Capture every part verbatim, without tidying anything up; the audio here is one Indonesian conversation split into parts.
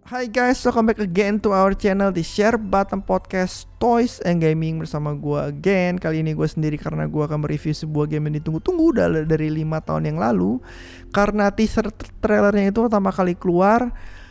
Hai guys, welcome back again to our channel di Share Button Podcast Toys and Gaming bersama gue again. Kali ini gue sendiri karena gue akan mereview sebuah game yang ditunggu-tunggu udah dari lima tahun yang lalu. Karena teaser trailernya itu pertama kali keluar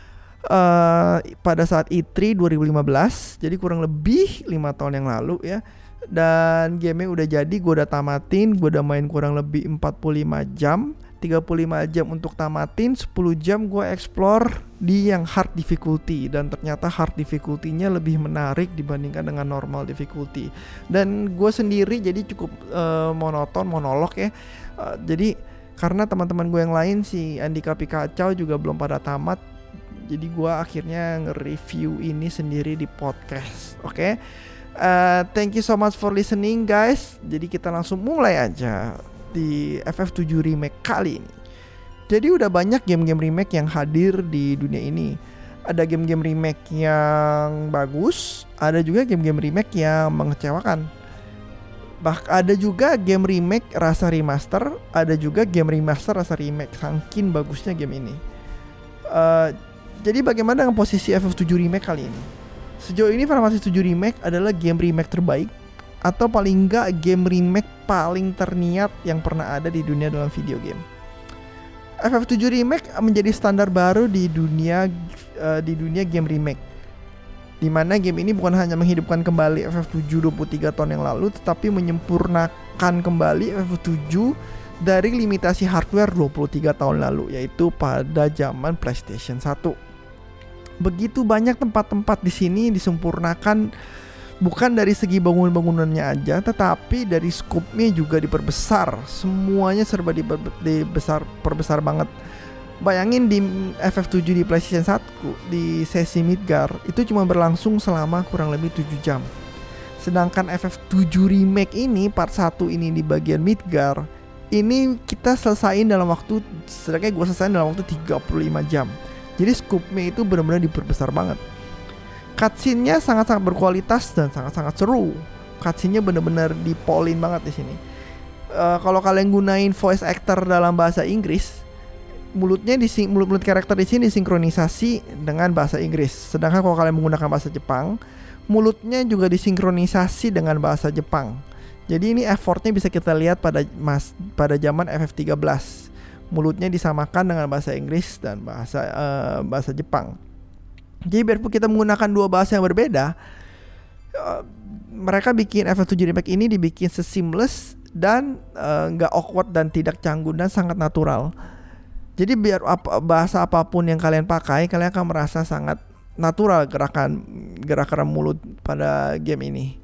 uh, pada saat E tiga dua ribu lima belas. Jadi kurang lebih lima tahun yang lalu ya. Dan gamenya udah jadi, gue udah tamatin, gue udah main kurang lebih empat puluh lima jam, tiga puluh lima jam untuk tamatin, sepuluh jam gue explore di yang hard difficulty. Dan ternyata hard difficulty-nya lebih menarik dibandingkan dengan normal difficulty. Dan gue sendiri jadi cukup uh, monoton, monolog ya. uh, Jadi karena teman-teman gue yang lain, si Andika Pikacau juga belum pada tamat, jadi gue akhirnya nge-review ini sendiri di podcast. Oke okay? Uh, thank you so much for listening guys. Jadi kita langsung mulai aja di F F tujuh remake kali ini. Jadi udah banyak game-game remake yang hadir di dunia ini. Ada game-game remake yang bagus, ada juga game-game remake yang mengecewakan. Bahkan ada juga game remake rasa remaster, ada juga game remaster rasa remake. Saking bagusnya game ini. uh, Jadi bagaimana dengan posisi F F tujuh remake kali ini? Sejauh ini Final Fantasy tujuh Remake adalah game remake terbaik, atau paling enggak game remake paling terniat yang pernah ada di dunia dalam video game. F F tujuh Remake menjadi standar baru di dunia uh, di dunia game remake, dimana game ini bukan hanya menghidupkan kembali F F tujuh dua puluh tiga tahun yang lalu, tetapi menyempurnakan kembali F F tujuh dari limitasi hardware dua puluh tiga tahun lalu, yaitu pada zaman PlayStation satu. Begitu banyak tempat-tempat di sini disempurnakan, bukan dari segi bangunan-bangunannya aja, tetapi dari scope-nya juga diperbesar. Semuanya serba dibesar, perbesar banget. Bayangin di F F tujuh di PlayStation satu di sesi Midgar itu cuma berlangsung selama kurang lebih tujuh jam. Sedangkan F F tujuh Remake ini part satu ini di bagian Midgar ini kita selesain dalam waktu, sedangkan gue selesain dalam waktu tiga puluh lima jam. Jadi scope-nya itu benar-benar diperbesar banget. Cutscene-nya sangat-sangat berkualitas dan sangat-sangat seru. Cutscene-nya benar-benar dipolin banget di sini. Uh, kalau kalian gunain voice actor dalam bahasa Inggris, mulutnya di mulut-mulut karakter di sini disinkronisasi dengan bahasa Inggris. Sedangkan kalau kalian menggunakan bahasa Jepang, mulutnya juga disinkronisasi dengan bahasa Jepang. Jadi ini effortnya bisa kita lihat pada mas pada zaman F F tiga belas. Mulutnya disamakan dengan bahasa Inggris dan bahasa uh, bahasa Jepang. Jadi biarpun kita menggunakan dua bahasa yang berbeda, uh, mereka bikin F F tujuh Remake ini dibikin seamless dan nggak uh, awkward dan tidak canggung dan sangat natural. Jadi biar ap- bahasa apapun yang kalian pakai, kalian akan merasa sangat natural gerakan gerakan mulut pada game ini.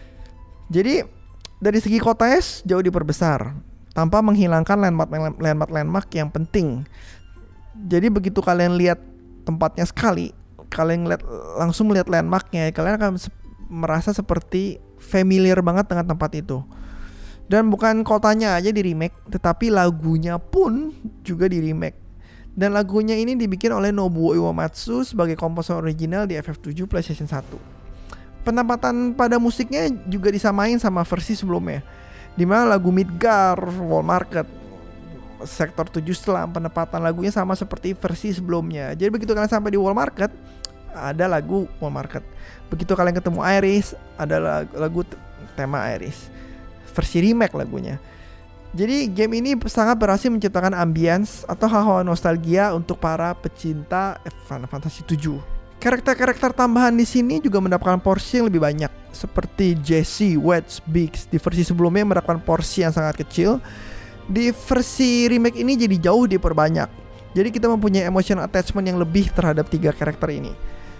Jadi dari segi kotanya jauh diperbesar, tanpa menghilangkan landmark-landmark yang penting. Jadi begitu kalian lihat tempatnya sekali, kalian lihat, langsung melihat landmarknya, kalian akan se- merasa seperti familiar banget dengan tempat itu. Dan bukan kotanya aja di remake, tetapi lagunya pun juga di remake. Dan lagunya ini dibikin oleh Nobuo Uematsu sebagai komposer original di F F tujuh PlayStation satu. Penempatan pada musiknya juga disamain sama versi sebelumnya, di mana lagu Midgar, World Market, Sektor tujuh Slum, penempatan lagunya sama seperti versi sebelumnya. Jadi begitu kalian sampai di World Market, ada lagu World Market. Begitu kalian ketemu Iris, ada lagu, lagu tema Iris, versi remake lagunya. Jadi game ini sangat berhasil menciptakan ambience atau hawa nostalgia untuk para pecinta Final Fantasy tujuh. Karakter-karakter tambahan di sini juga mendapatkan porsi yang lebih banyak, seperti Jessie, Wedge, Biggs. Di versi sebelumnya mendapatkan porsi yang sangat kecil. Di versi remake ini jadi jauh diperbanyak. Jadi kita mempunyai emotional attachment yang lebih terhadap tiga karakter ini.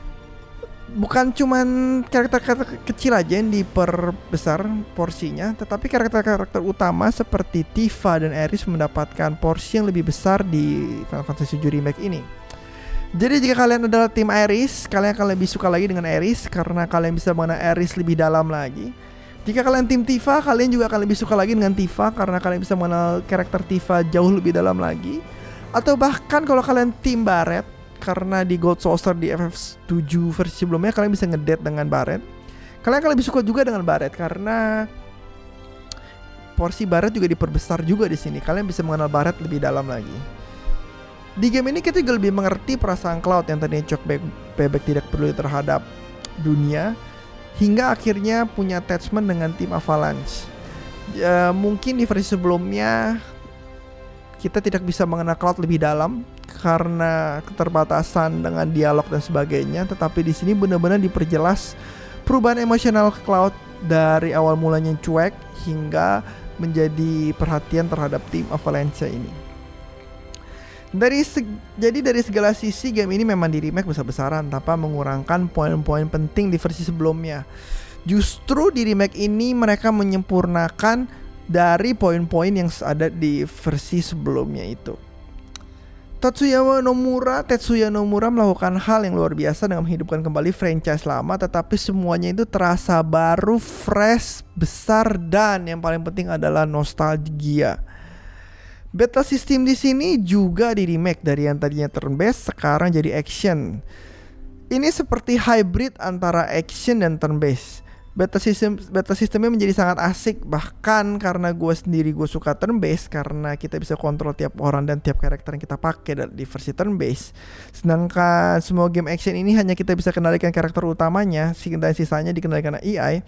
Bukan cuman karakter-karakter kecil aja yang diperbesar porsinya, tetapi karakter-karakter utama seperti Tifa dan Aeris mendapatkan porsi yang lebih besar di Final Fantasy tujuh Remake ini. Jadi jika kalian adalah tim Aeris, kalian akan lebih suka lagi dengan Aeris karena kalian bisa mengenal Aeris lebih dalam lagi. Jika kalian tim Tifa, kalian juga akan lebih suka lagi dengan Tifa karena kalian bisa mengenal karakter Tifa jauh lebih dalam lagi. Atau bahkan kalau kalian tim Barret, karena di Gold Saucer di F F tujuh versi sebelumnya kalian bisa ngedate dengan Barret, kalian akan lebih suka juga dengan Barret karena porsi Barret juga diperbesar juga di sini. Kalian bisa mengenal Barret lebih dalam lagi. Di game ini kita juga lebih mengerti perasaan Cloud yang tadinya Chuck bebek tidak peduli terhadap dunia, hingga akhirnya punya attachment dengan tim Avalanche. Ya, mungkin di versi sebelumnya kita tidak bisa mengenal Cloud lebih dalam karena keterbatasan dengan dialog dan sebagainya, tetapi di sini benar-benar diperjelas perubahan emosional Cloud dari awal mulanya cuek hingga menjadi perhatian terhadap tim Avalanche ini. Dari seg- jadi dari segala sisi game ini memang di remake besar-besaran tanpa mengurangkan poin-poin penting di versi sebelumnya. Justru di remake ini mereka menyempurnakan dari poin-poin yang ada di versi sebelumnya itu. Tetsuya Nomura, Tetsuya Nomura melakukan hal yang luar biasa dengan menghidupkan kembali franchise lama, tetapi semuanya itu terasa baru, fresh, besar, dan yang paling penting adalah nostalgia. Battle system di sini juga di remake dari yang tadinya turn based sekarang jadi action. Ini seperti hybrid antara action dan turn based. Battle system battle systemnya menjadi sangat asik, bahkan karena gue sendiri gue suka turn based karena kita bisa kontrol tiap orang dan tiap karakter yang kita pakai di versi turn based. Sedangkan semua game action ini hanya kita bisa kendalikan karakter utamanya, dan sisanya dikendalikan A I.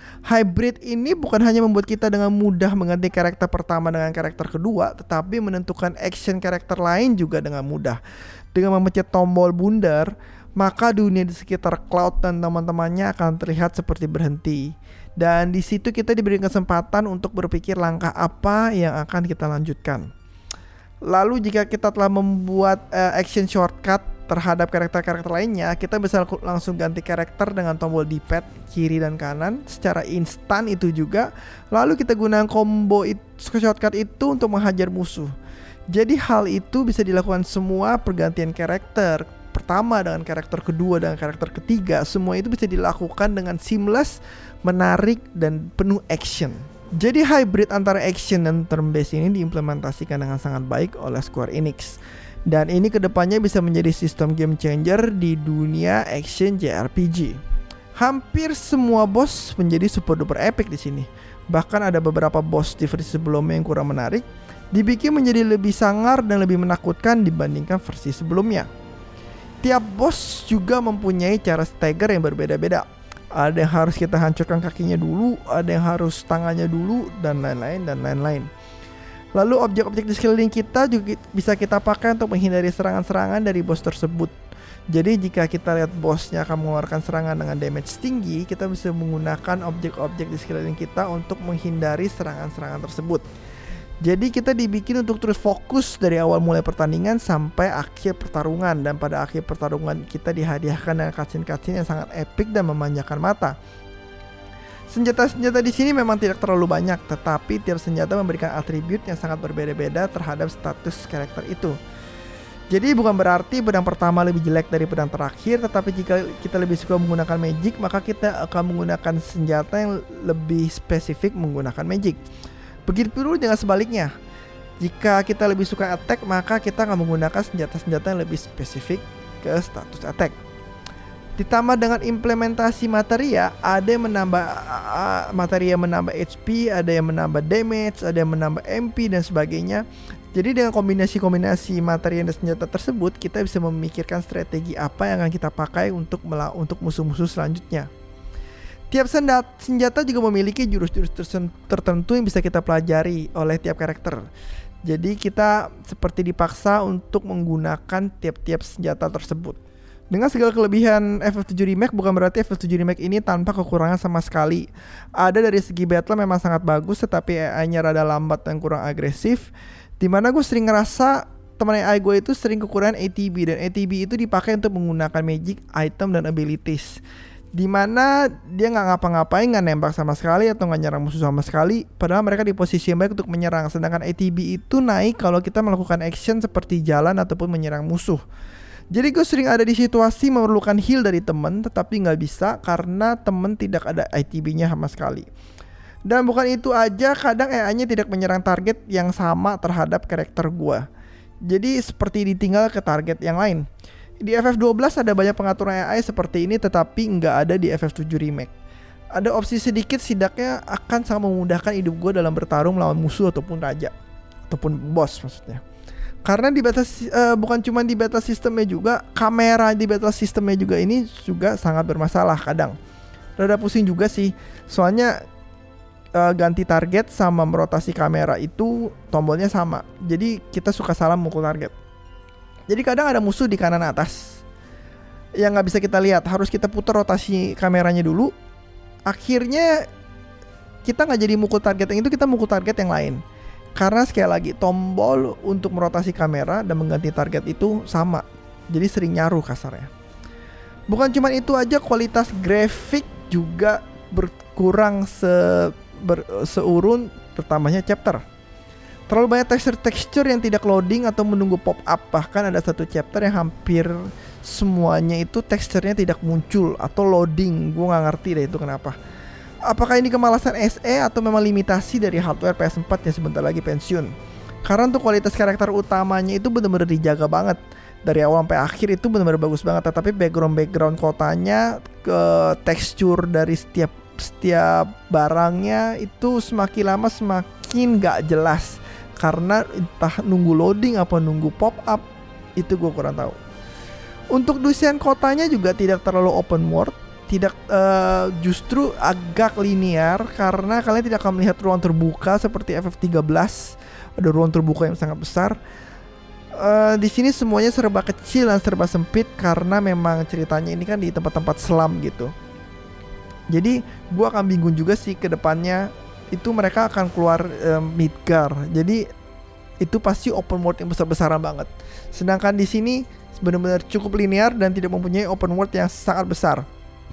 Hybrid ini bukan hanya membuat kita dengan mudah mengganti karakter pertama dengan karakter kedua, tetapi menentukan action karakter lain juga dengan mudah. Dengan memencet tombol bundar, maka dunia di sekitar Cloud dan teman-temannya akan terlihat seperti berhenti. Dan di situ kita diberi kesempatan untuk berpikir langkah apa yang akan kita lanjutkan. Lalu jika kita telah membuat uh, action shortcut terhadap karakter-karakter lainnya, kita bisa langsung ganti karakter dengan tombol D-pad kiri dan kanan secara instan itu juga. Lalu kita gunakan combo itu, shortcut itu untuk menghajar musuh. Jadi hal itu bisa dilakukan semua pergantian karakter pertama dengan karakter kedua dan karakter ketiga. Semua itu bisa dilakukan dengan seamless, menarik, dan penuh action. Jadi hybrid antara action dan turn based ini diimplementasikan dengan sangat baik oleh Square Enix. Dan ini kedepannya bisa menjadi sistem game changer di dunia action J R P G. Hampir semua boss menjadi super duper epic di sini. Bahkan ada beberapa boss di versi sebelumnya yang kurang menarik, dibikin menjadi lebih sangar dan lebih menakutkan dibandingkan versi sebelumnya. Tiap boss juga mempunyai cara stagger yang berbeda-beda. Ada yang harus kita hancurkan kakinya dulu, ada yang harus tangannya dulu, dan lain-lain dan lain-lain. Lalu objek-objek di sekeliling kita juga bisa kita pakai untuk menghindari serangan-serangan dari bos tersebut. Jadi jika kita lihat bosnya akan mengeluarkan serangan dengan damage tinggi, kita bisa menggunakan objek-objek di sekeliling kita untuk menghindari serangan-serangan tersebut. Jadi kita dibikin untuk terus fokus dari awal mulai pertandingan sampai akhir pertarungan. Dan pada akhir pertarungan kita dihadiahkan dengan cutscene-cutscene yang sangat epic dan memanjakan mata. Senjata-senjata di sini memang tidak terlalu banyak, tetapi tiap senjata memberikan atribut yang sangat berbeda-beda terhadap status karakter itu. Jadi bukan berarti pedang pertama lebih jelek dari pedang terakhir, tetapi jika kita lebih suka menggunakan magic, maka kita akan menggunakan senjata yang lebih spesifik menggunakan magic. Begitu pula dengan sebaliknya. Jika kita lebih suka attack, maka kita akan menggunakan senjata-senjata yang lebih spesifik ke status attack. Ditambah dengan implementasi materia, ada yang menambah uh, materia menambah H P, ada yang menambah damage, ada yang menambah M P dan sebagainya. Jadi dengan kombinasi-kombinasi materi dan senjata tersebut, kita bisa memikirkan strategi apa yang akan kita pakai untuk mela- untuk musuh-musuh selanjutnya. Tiap senjata juga memiliki jurus-jurus tertentu yang bisa kita pelajari oleh tiap karakter. Jadi kita seperti dipaksa untuk menggunakan tiap-tiap senjata tersebut. Dengan segala kelebihan F F tujuh Remake, bukan berarti F F tujuh Remake ini tanpa kekurangan sama sekali. Ada dari segi battle memang sangat bagus, tetapi A I-nya rada lambat dan kurang agresif. Dimana gue sering ngerasa teman A I gue itu sering kekurangan A T B, dan A T B itu dipakai untuk menggunakan magic, item, dan abilities. Dimana dia gak ngapa-ngapain, gak nembak sama sekali atau gak nyerang musuh sama sekali, padahal mereka di posisi yang baik untuk menyerang. Sedangkan A T B itu naik kalau kita melakukan action seperti jalan ataupun menyerang musuh. Jadi gue sering ada di situasi memerlukan heal dari temen, tetapi gak bisa karena temen tidak ada I T B-nya sama sekali. Dan bukan itu aja, kadang A I-nya tidak menyerang target yang sama terhadap karakter gue. Jadi seperti ditinggal ke target yang lain. Di F F dua belas ada banyak pengaturan A I seperti ini, tetapi gak ada di F F tujuh Remake. Ada opsi sedikit, setidaknya akan sangat memudahkan hidup gue dalam bertarung melawan musuh ataupun raja, ataupun boss maksudnya. Karena di beta uh, bukan cuma di beta sistemnya juga, kamera di beta sistemnya juga ini juga sangat bermasalah kadang. Rada pusing juga sih. Soalnya uh, ganti target sama merotasi kamera itu tombolnya sama. Jadi kita suka salah mukul target. Jadi kadang ada musuh di kanan atas yang nggak bisa kita lihat, harus kita putar rotasi kameranya dulu. Akhirnya kita nggak jadi mukul target yang itu, kita mukul target yang lain. Karena sekali lagi tombol untuk merotasi kamera dan mengganti target itu sama, jadi sering nyaruh kasarnya. Bukan cuma itu aja, kualitas grafik juga berkurang se ber, seurun bertambahnya chapter. Terlalu banyak tekstur-tekstur yang tidak loading atau menunggu pop up. Bahkan ada satu chapter yang hampir semuanya itu teksturnya tidak muncul atau loading. Gue gak ngerti deh itu kenapa. Apakah ini kemalasan S E atau memang limitasi dari hardware P S empat yang sebentar lagi pensiun? Karena untuk kualitas karakter utamanya itu benar-benar dijaga banget. Dari awal sampai akhir itu benar-benar bagus banget. Tetapi background-background kotanya, ke tekstur dari setiap setiap barangnya itu semakin lama semakin gak jelas. Karena entah nunggu loading apa nunggu pop up, itu gue kurang tahu. Untuk desain kotanya juga tidak terlalu open world, tidak uh, justru agak linear, karena kalian tidak akan melihat ruang terbuka seperti F F tiga belas. Ada ruang terbuka yang sangat besar. Uh, di sini semuanya serba kecil dan serba sempit karena memang ceritanya ini kan di tempat-tempat selam gitu. Jadi gue akan bingung juga sih ke depannya itu mereka akan keluar um, Midgar. Jadi itu pasti open world yang besar-besaran banget. Sedangkan di sini benar-benar cukup linear dan tidak mempunyai open world yang sangat besar.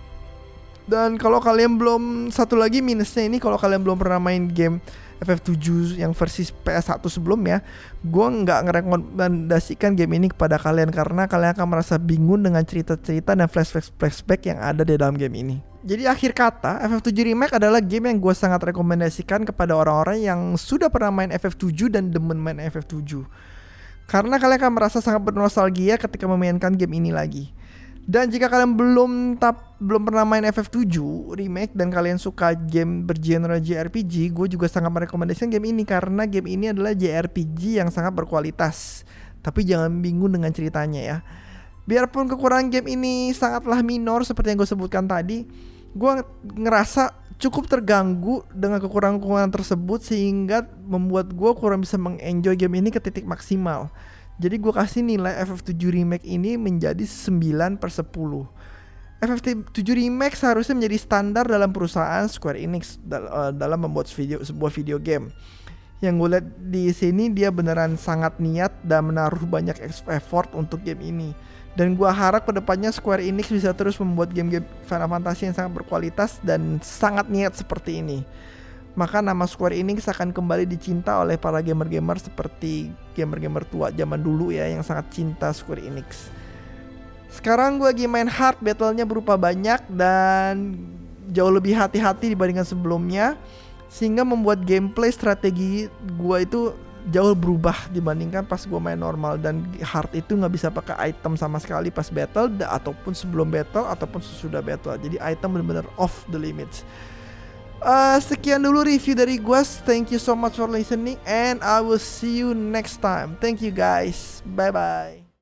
Dan kalau kalian belum, satu lagi minusnya ini, kalau kalian belum pernah main game F F tujuh yang versi P S satu sebelumnya, gue nggak ngerekomendasikan game ini kepada kalian karena kalian akan merasa bingung dengan cerita-cerita dan flashback-flashback yang ada di dalam game ini. Jadi akhir kata, F F tujuh Remake adalah game yang gue sangat rekomendasikan kepada orang-orang yang sudah pernah main F F tujuh dan demen main F F tujuh. Karena kalian akan merasa sangat bernostalgia ketika memainkan game ini lagi. Dan jika kalian belum tap, belum pernah main F F tujuh Remake dan kalian suka game bergenre J R P G, gue juga sangat merekomendasikan game ini karena game ini adalah J R P G yang sangat berkualitas. Tapi jangan bingung dengan ceritanya ya. Biarpun kekurangan game ini sangatlah minor seperti yang gue sebutkan tadi, gue ngerasa cukup terganggu dengan kekurangan-kekurangan tersebut sehingga membuat gue kurang bisa mengenjoy game ini ke titik maksimal. Jadi gue kasih nilai F F tujuh Remake ini menjadi sembilan per sepuluh. F F tujuh Remake seharusnya menjadi standar dalam perusahaan Square Enix dal- uh, dalam membuat video, sebuah video game. Yang gue lihat di sini dia beneran sangat niat dan menaruh banyak effort untuk game ini. Dan gue harap kedepannya Square Enix bisa terus membuat game-game Final Fantasy yang sangat berkualitas dan sangat niat seperti ini. Maka nama Square Enix akan kembali dicinta oleh para gamer-gamer seperti gamer-gamer tua zaman dulu ya, yang sangat cinta Square Enix. Sekarang gue lagi main hard, battle-nya berupa banyak dan jauh lebih hati-hati dibandingkan sebelumnya, sehingga membuat gameplay strategi gue itu jauh berubah dibandingkan pas gue main normal. Dan hard itu gak bisa pakai item sama sekali pas battle, ataupun sebelum battle, ataupun sesudah battle. Jadi item benar-benar off the limits. Uh, sekian dulu review dari gue. Thank you so much for listening and I will see you next time. Thank you guys. Bye bye.